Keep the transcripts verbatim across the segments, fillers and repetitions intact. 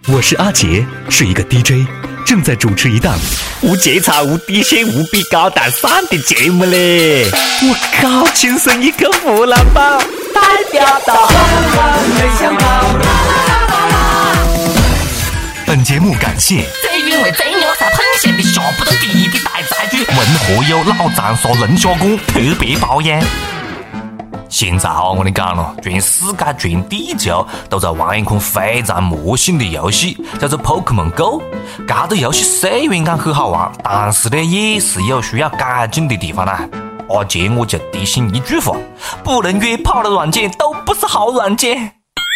我是阿杰，是一个 D J， 正在主持一档无节操、无底线、无比高大上的节目嘞！我靠，亲生一个湖南宝，代表到没想到。 本节目感谢最原味、最牛叉、喷咸的下不得地的大菜剧，文和友老长沙龙虾馆特别包养。现在啊，我跟你讲了，全世界全地球都在玩一款非常魔性的游戏，叫做 Pokemon Go。这个游戏虽然讲很好玩，但是呢，也是有需要改进的地方啦。阿杰我就提醒一句话：不能约炮的软件都不是好软件。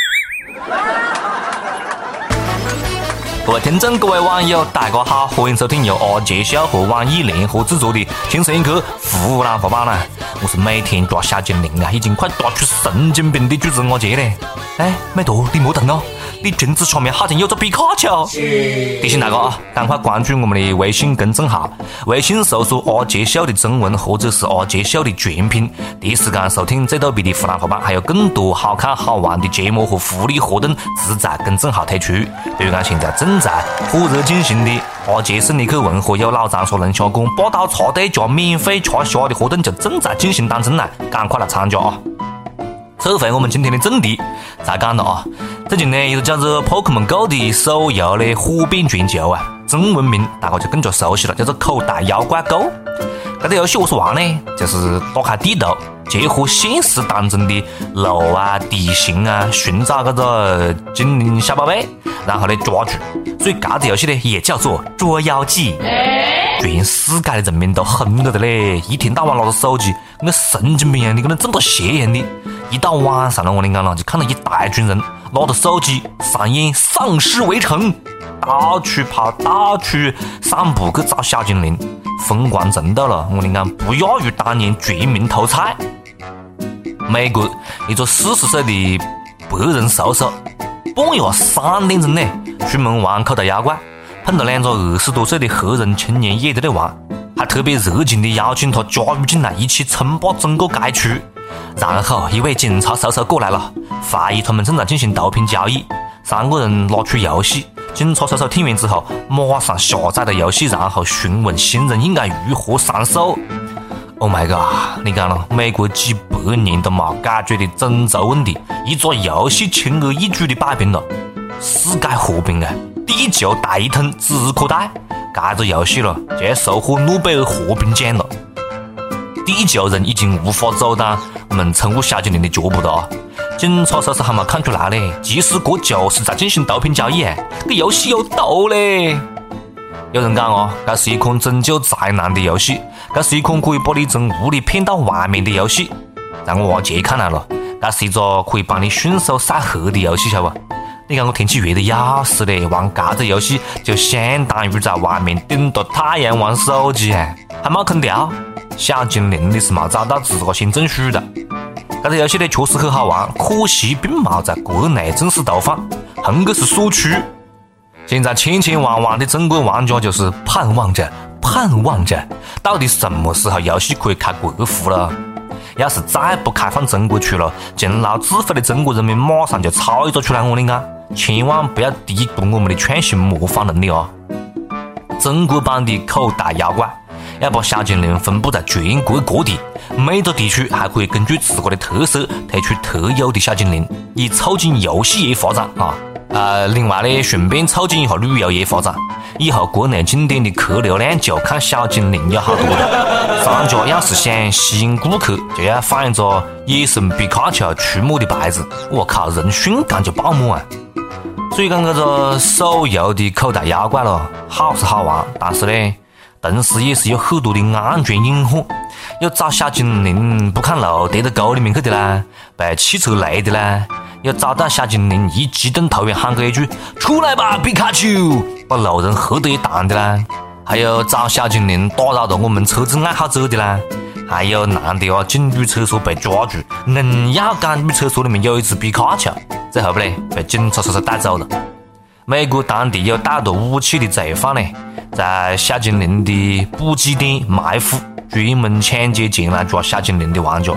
各位听众，各位网友，大家好，欢迎收听由阿杰笑和网易联合制作的《亲生一个湖南话版》啦。我是每天抓小精灵啊，已经快抓出神经病的主持人阿杰嘞。哎，美图，你莫动哦，你裙子下面好像有个皮卡丘。提醒大家啊，赶快关注我们的微信公众号，微信搜索阿杰秀的中文或者是阿杰秀的全拼，第一时间收听最逗逼的湖南话版，还有更多好看好玩的节目和福利活动只在公众号推出。比如讲现在正在火热进行的阿杰送你去文和友老长沙龙虾馆霸道茶对加免费吃虾的活动就正在进行当中啦，赶快来参加啊！撤回我们今天的正题，再讲了啊，最近呢，一个叫做 Pokemon Go 的手游呢火遍全球啊，中文名大家就更加熟悉了，叫做口袋妖怪 Go。这个游戏我是玩呢，就是打开地图，结合现实当中的路啊、地形啊，寻找这个精灵小宝贝，然后呢抓住。所以这个游戏呢也叫做捉妖记。全世界的人民都疯了的嘞，一天到晚拿着手机，跟个神经病一样的，跟那这么多邪一样的。一到晚上了，我跟你讲了，就看到一大群人拿着手机上演丧尸围城，到处跑，到处散步去找小精灵，疯狂程度了，我跟你讲，不亚于当年全民偷菜。美国一个四十岁的白人叔叔，半夜三点钟呢，出门玩口袋妖怪，碰到两个二十多岁的黑人青年也在那玩，还特别热情地邀请他加入进来，一起称霸整个街区。然后一位警察叔叔过来了，怀疑他们正在进行毒品交易。三个人拿出游戏，警察叔叔听完之后，马上下载了游戏，然后询问新人应该如何上手。Oh my god！ 你讲了，美国几百年都没解决的种族问题，一个游戏轻而易举的摆平了。世界和平啊，地球大一统指可待。这个游戏了，就要收获诺贝尔和平奖了。地球人已经无法阻挡我们宠物小精灵的脚步了啊！警察叔叔还没看出来嘞，其实这就是在进行毒品交易啊！这游戏有毒嘞！有人讲哦，这是一款拯救灾难的游戏，这是一款可以把你从屋里骗到外面的游戏。在我阿杰看来了，这是一个可以帮你迅速晒黑的游戏，晓得不？你看我天气热得要死嘞，玩这个游戏就相当于在外面顶着太阳玩手机啊，还没空调。小精灵你是没找到自个先中暑的。这个游戏呢确实很好玩，可惜并没在国内正式投放，横个是锁区。现在千千万万的中国玩家就是盼望着盼望着，到底什么时候游戏可以开国服了？要是再不开放中国区了，勤劳自费的中国人民马上就抄一个出来，我跟你讲，千万不要低估我们的创新模仿能力哦。中国版的口袋妖怪要把小精灵分布在全国各地，每个地区还可以根据自个的特色推出特有的小精灵，以促进游戏业发展啊。呃，另外呢，顺便促进一下旅游业发展。以后国内景点的客流量就看小精灵有好多了。商家要是想吸引顾客，就要放一个野生皮卡丘出没的牌子。我靠，人瞬间就爆满啊！所以讲这个手游的口袋妖怪了，好是好玩，但是呢，同时也是有很多的安全隐患。有找小精灵不看路跌到沟里面去的啦，被汽车雷的啦，有找到小精灵一激动突然喊个一句出来吧皮卡丘，把路人吓得一蛋的啦，还有找小精灵打扰到我们车子爱好者的啦，还有男的啊进女厕所被抓住，硬要讲女厕所里面有一只皮卡丘，最后不嘞被警察叔叔带走了。美国当地有带着武器的罪犯呢，在小精灵的补给点埋伏，专门抢劫前来抓小精灵的玩家。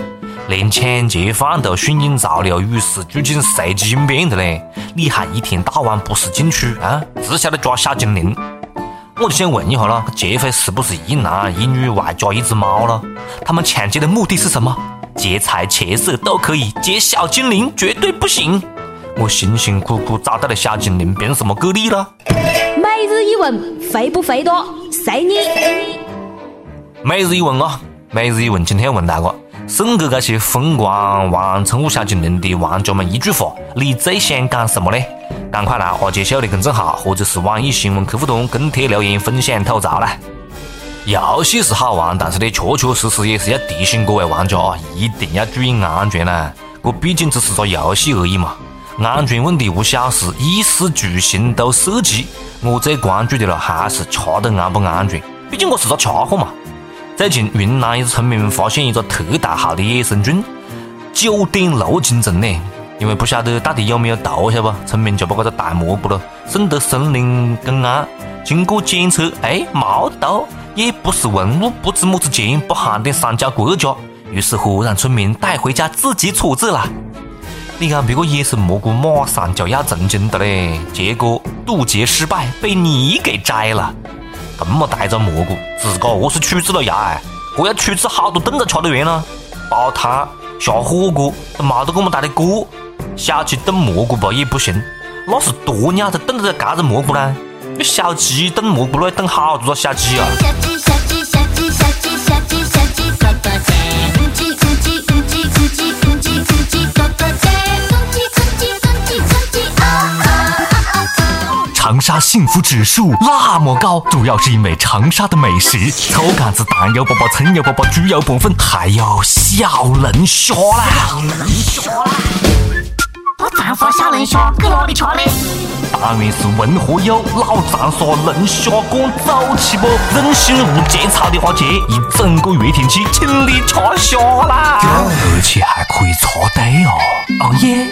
连抢劫犯都迅影潮流，与时俱进，随机应变的嘞，你还一天到晚不思进取啊？只晓得抓小精灵。我就想问一下了，劫匪是不是一男一女外加一只猫了？他们抢劫的目的是什么？劫财劫色都可以，劫小精灵绝对不行。我辛辛苦苦找到的小精灵，凭什么给力了？ 每日一问，肥不肥多？随你。 每日一问啊，每日一问，今天要问大家，送给这些疯狂玩宠物小精灵的玩家们一句话，你最想讲什么呢？赶快来阿杰秀的公众号或者是网易新闻客户端跟帖留言分享吐槽啦！游戏是好玩，但是呢，确确实实也是要提醒各位玩家啊，一定要注意安全啦！这毕竟只是个游戏而已嘛，安全问题无小事，衣食住行都涉及。我最关注的了还是吃的安不安全，毕竟我是个家伙嘛。最近云南一个村民发现一个特大号的野生菌，九点六斤重呢。因为不晓得到底有没有毒，晓得不？村民就把这个大蘑菇了送到森林公安，经过检测，哎，冇毒，也不是文物，不知么子钱，不含点三交国家，于是乎让村民带回家自己处置了。你看，别个野生蘑菇马上就要成精的嘞，结果渡劫失败，被你给摘了。这么大个蘑菇，自个何是处置了呀？哎，我要处置好多顿才吃得完呢。煲汤、下火锅都冇得这么大的锅。小鸡炖蘑菇吧也不行，那是多鸟才炖得这个蘑菇呢？你小鸡炖蘑菇，那要炖好多个小鸡啊！ 小鸡小鸡小鸡小鸡小鸡小鸡呱呱叫，公鸡公鸡公鸡公鸡公鸡公鸡呱呱叫，公鸡公鸡公鸡公鸡啊啊啊啊！ 长沙幸福指数那么高，主要是因为长沙的美食：臭干子、蛋油粑粑、葱油粑粑、猪油拌粉，还有小龙虾啦！ 小龙虾啦！我长沙小龙虾搁哪里吃呢？ 当然是文和友老长沙龙虾馆走起不？任性无节操的话节，一整个月天气请你吃虾啦！而且还可以插队哦！哦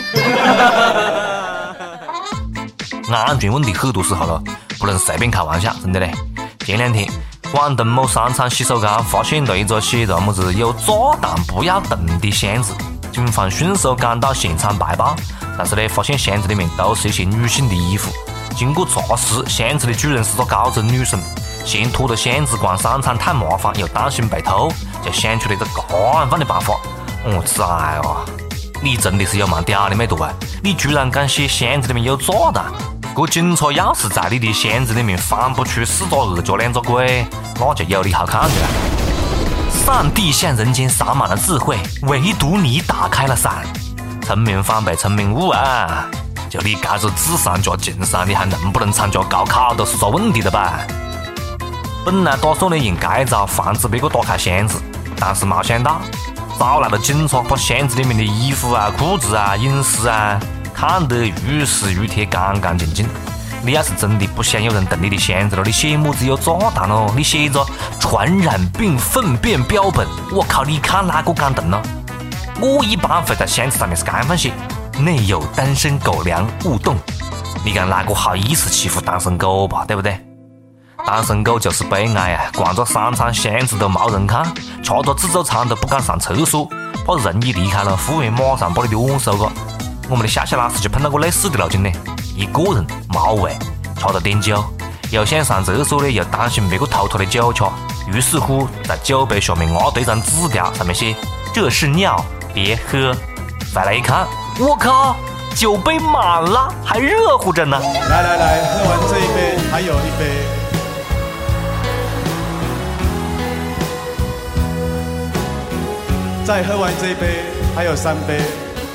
耶！ 安全问题很多时候了，不能随便开玩笑，真的嘞。前两天，广东某商场洗手间发现了一个写着么子有炸弹不要动的箱子，警方迅速赶到现场排爆，但是呢，发现箱子里面都是一些女性的衣服。经过查实，箱子的主人是个高中女生，嫌拖着箱子逛商场太麻烦，又担心被偷，就想出了一个干饭的办法。我呲哎哟，你真的是有蛮屌的没多啊！你居然敢写箱子里面有炸弹！这警察要是在你的箱子里面翻不出四只二加两只鬼，那就有你好看的了。上帝向人间洒满了智慧，唯独你打开了伞。聪明反被聪明误啊！就你这个智商加情商，你还能不能参加高考都是个问题的吧？本来打算呢用这招防止别个打开箱子，但是没想到找来了警察，把箱子里面的衣服啊、裤子啊、隐私啊看得如实如贴、干干净净。你要是真的不想有人动你的箱子了，你写么子有炸弹哦？你写着传染病粪便标本，我靠，你看哪个敢动呢？我一般会在箱子上面是这样写：内有单身狗粮勿动。你看哪个好意思欺负单身狗吧，对不对？单身狗就是悲哀啊！逛个商场箱子都没人看，吃个自助餐都不敢上厕所，怕人一离开了，服务员马上把你的碗收个。我们的夏夏老师就碰到过类似的路径呢，一个人没胃，吃了点酒，又想上厕所呢，又担心别个偷他的酒吃，于是乎在酒杯下面压对张纸条，上面写这是尿，别喝。回来一看，我靠，酒杯满了，还热乎着呢。 来来来，喝完这一杯，还有一杯。再喝完这一杯，还有三杯。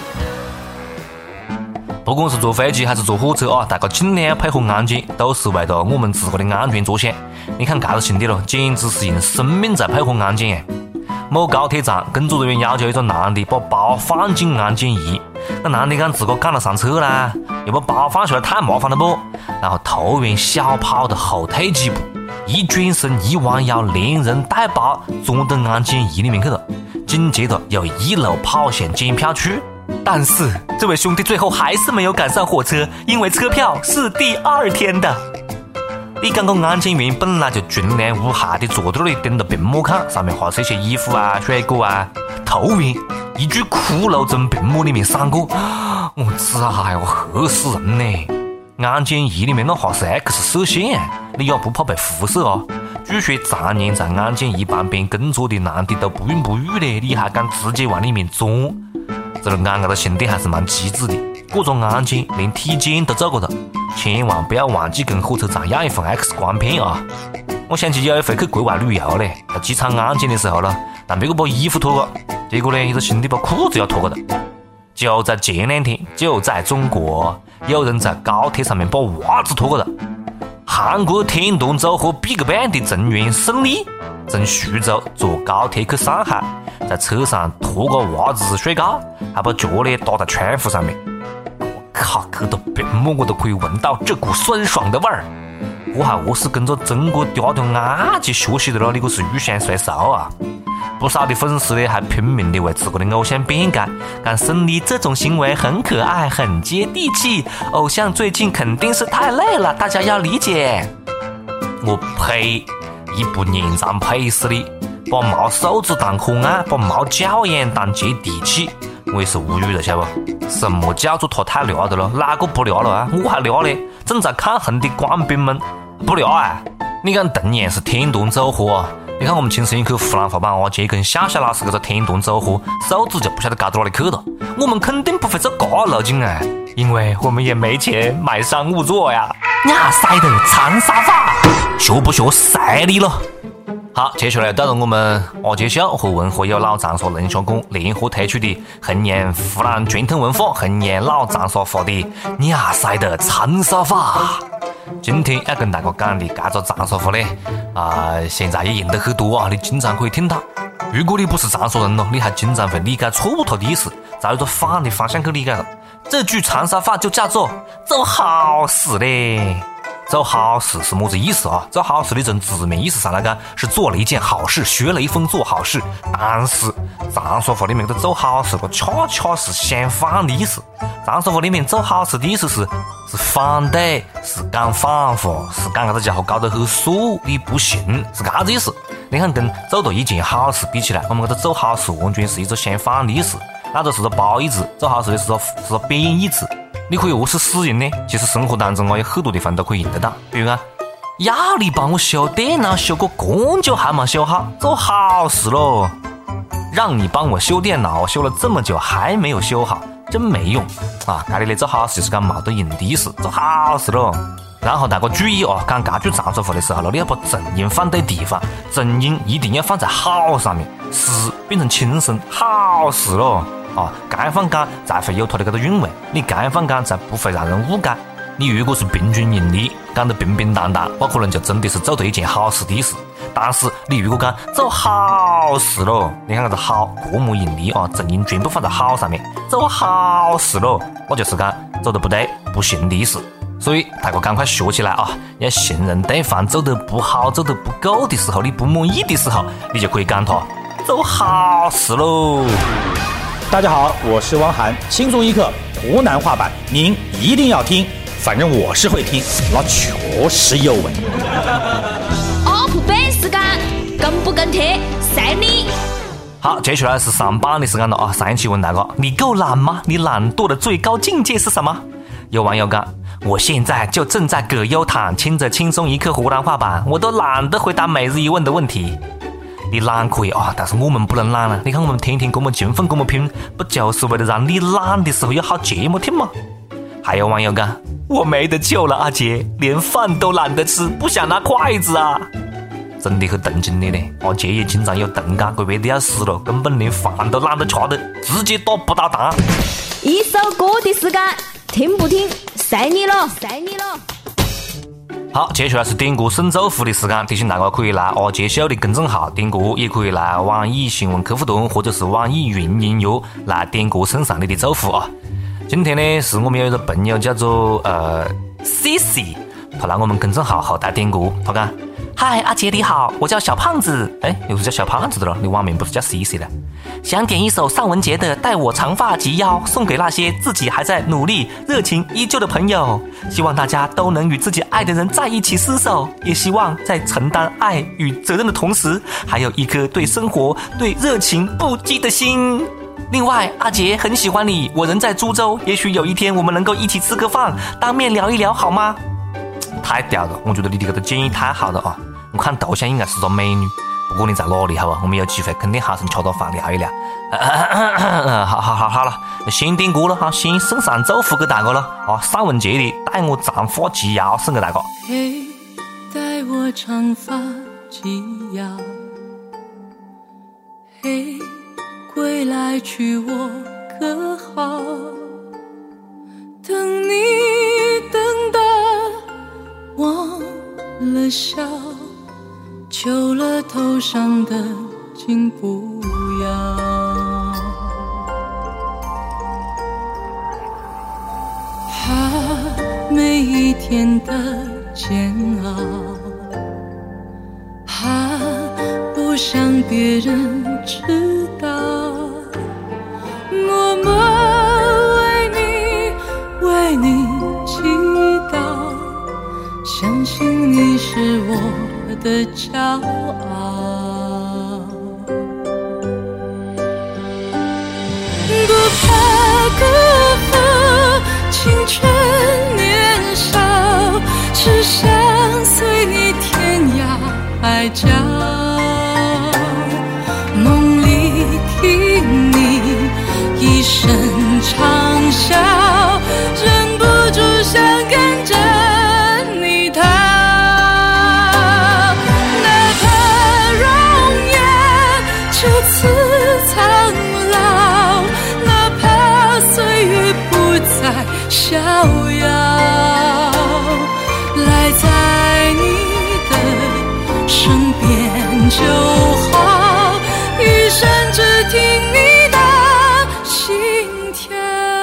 不管是坐飞机还是坐火车啊，大家尽量配合安检，都是为了我们自个的安全着想。你看这个兄弟了，简直是用生命在配合安检呀！某高铁站，工作人员要求一个男的把包放进安检仪，那男的讲自个赶了上车啦，又把包放下来太麻烦了不？然后突然小跑的后退几步，一转身一弯腰，连人带包钻到安检仪里面去了，紧接着又一路跑向检票区。但是这位兄弟最后还是没有赶上火车，因为车票是第二天的。你讲个安检员本来就群良无害的坐在那里盯着屏幕看，上面画是一些衣服啊、水果啊，突然一具骷髅从屏幕里面闪过，我操哟，吓死人呢！安检仪里面那哈是 X 射线，你也不怕被辐射啊？据说常年在安检仪旁边工作的男的都不孕不育的，你还敢直接往里面钻？这个俺家的兄弟还是蛮机智的，过着安检连体检都做过的，千万不要忘记跟火车站要一份 X 光片啊！我想起有一回去国外旅游嘞，在机场安检的时候了，但别个把衣服脱了，结果呢，一个兄弟把裤子要脱了的。就在前两天，就在中国，有人在高铁上面把袜子脱了的。韩国天团组合 BigBang 的成员胜利从徐州坐高铁去上海，在车上脱个袜子睡觉，还把脚呢搭在窗户上面。我靠，去到屏幕我都可以闻到这股酸爽的味儿。我还何是跟着中国嗲嗲安去学习的了？你可是入乡随俗啊！不少的粉丝呢还拼命的为自个的偶像辩解，讲胜利这种行为很可爱，很接地气。偶像最近肯定是太累了，大家要理解。我呸！一不年长配死你！把毛素质当可爱，把毛教养当接地气，我也是无语了，晓得不？什么叫做他太嗲的了？哪个不嗲了啊？我还嗲嘞！正在看红的官兵们不嗲啊！你讲同样是天团组合啊！你看我们轻声一刻湖南话版阿杰跟笑笑老师这个天团组合，素质就不晓得高到哪里去了。我们肯定不会走这路径啊，因为我们也没钱买商务座呀。呀塞的长沙话，学不学塞你了？好，接下来到了我们阿杰秀和文和友老长沙龙虾馆联合推出的弘扬湖南传统文化、弘扬老长沙话的呀塞的长沙话。今天要跟大家讲的这个长沙话呢，啊、呃，现在也用得很多啊，你经常可以听到。如果你不是长沙人咯，你还经常会理解错误它的意思，照一个反的方向去理解了。这句长沙话就叫做“做好事嘞”。做好事是么子意思啊？做好事的从字面意思上来讲是做了一件好事，学了一份做好事。但是长沙话里面的做好事，恰恰是相反的意思。长沙话里面做好事的意思是是反对，是讲反话，是讲这个家伙搞得很傻，你不行，是这个意思。你看跟做了一件好事比起来，我们这个做好事完全是一个相反的意思。那就是个褒义词，做好事的是个是个贬义词。你可以何是使用呢？其实生活当中啊，有很多地方都可以用得到。比如讲，要你帮我修电脑，修个光脚还没修好，做好事咯。让你帮我修电脑，修了这么久还没有修好，真没用啊！这里的做好事就是讲冇得用的意思，做好事咯。然后大家注意哦，讲这句长沙话的时候，你要把重音放对地方，重音一定要放在好上面，事变成轻声，好事咯。啊，刚放讲才会有它的这个韵味，你刚放讲才不会让人误解。你如果是平均音力，讲得平平淡淡，我可能就真的是做对一件好事的意思。但是你如果讲做好事咯，你看这个好，过目引力啊，重音全部放在好上面，做好事咯，我就是讲做得不对，不行的意思。所以大家赶快学起来啊！要形容对方做得不好、做得不够的时候，你不满意的时候，你就可以讲他做好事喽。 大家好，我是汪涵，轻松一刻湖南话版，您一定要听，反正我是会听，那确实有味。 up 背时间，跟不跟贴，随你。 好，接下来是上班的时间了啊！上一期问大家，你够懒吗？你懒惰的最高境界是什么？有网友讲，我现在就正在葛优躺，听着轻松一刻湖南话版，我都懒得回答每日一问的问题。你懒可以啊，但是我们不能懒了。你看我们天天这么勤奋，这么拼，不就是为了让你懒的时候有好节目听吗？还有网友讲，我没得救了，阿杰，连饭都懒得吃，不想拿筷子啊！真的很同情你呢，阿杰也经常有同感，这胃都要死了，根本连饭都懒得吃的，直接打不到档。 一首歌的时间，听不听，随你了，随你了。 好，接下来是点歌送祝福的时间，提醒大家可以来阿杰秀的公众号点歌，也可以来网易新闻客户端或者是网易云音乐来点歌送上你的祝福啊。今天呢，是我们有一个朋友叫做呃 C C， 他来我们公众号后台点歌，他讲：嗨，阿杰你好，我叫小胖子。哎，又是叫小胖子的了，你网名不是叫 C C 的？想点一首尚雯婕的《待我长发及腰》，送给那些自己还在努力、热情依旧的朋友。希望大家都能与自己爱的人在一起厮守，也希望在承担爱与责任的同时，还有一颗对生活、对热情不羁的心。 另外，阿杰很喜欢你，我人在株洲，也许有一天我们能够一起吃个饭，当面聊一聊好吗？太屌了，我觉得你的这个建议太好了啊！我看头像应该是个美女，不过你在哪里好吧？我们有机会肯定好生吃到饭聊一聊。呃、好好好好了，先点歌了哈，先送上祝福给大家了啊！尚雯婕的《带我长发及腰》送给大家。 嘿，带我长发及腰，嘿，归来娶我可好？等你等的忘了笑，求了头上的金不要。怕每一天的煎熬，怕不想别人知道，默默为你为你祈祷，相信你是我的骄傲。不怕辜负青春年少，只想随你天涯海角，梦里听你一声长啸，忍不住想跟着你逃。哪怕容颜就此苍老，哪怕岁月不再逍遥，赖在你的身边就好，余生只听你的心跳。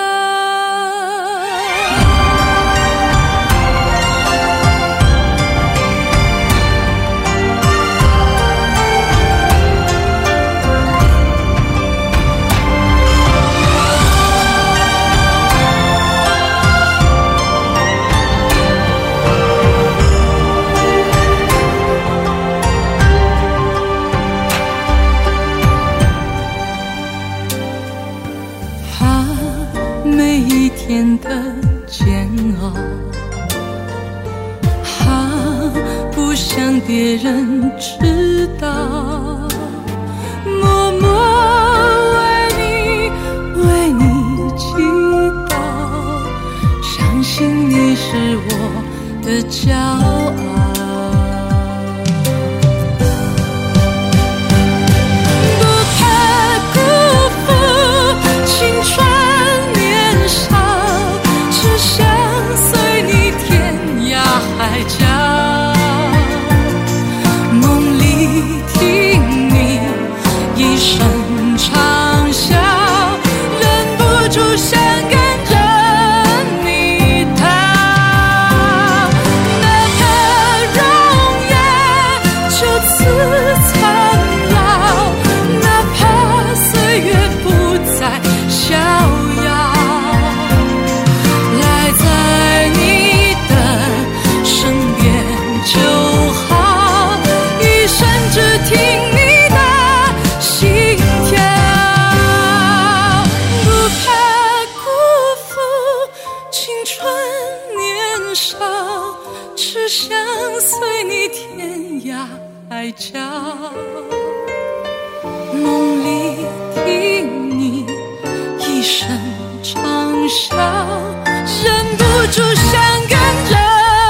天的煎熬，怕不想别人知道，默默为你为你祈祷，相信你是我的骄傲。海角，梦里听你一声长啸，忍不住想跟着你逃。哪怕容颜就此苍老，哪怕岁月不再逍遥，赖在你就好，一生只听你的心跳。不怕辜负青春年少，只想随你天涯海角，梦里听你一声长啸，忍不住想跟着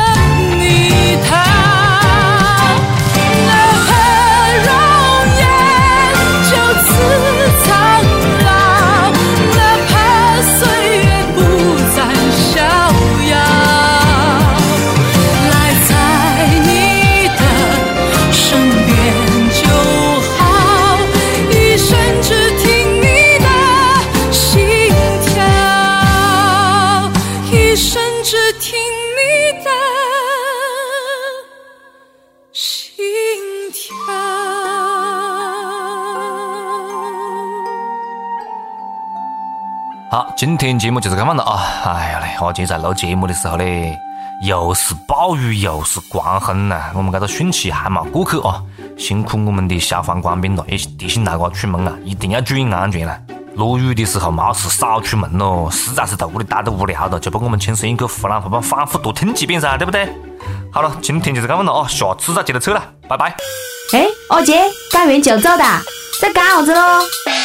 好，今天节目就是这样的啊！哎呀嘞，我今天在录节目的时候嘞，又是暴雨又是刮风呐，我们这个汛期还没过去啊！辛苦我们的消防官兵了，也是提醒大家出门啊，一定要注意安全了。 落雨的时候没事少出门咯，实在是在屋里待得无聊了，就把我们轻声一刻湖南话版反复多听几遍噻，对不对？好了，今天就是这样了啊，下次再接着扯了，拜拜。 哎，二姐，干完就走的，在干啥子喽？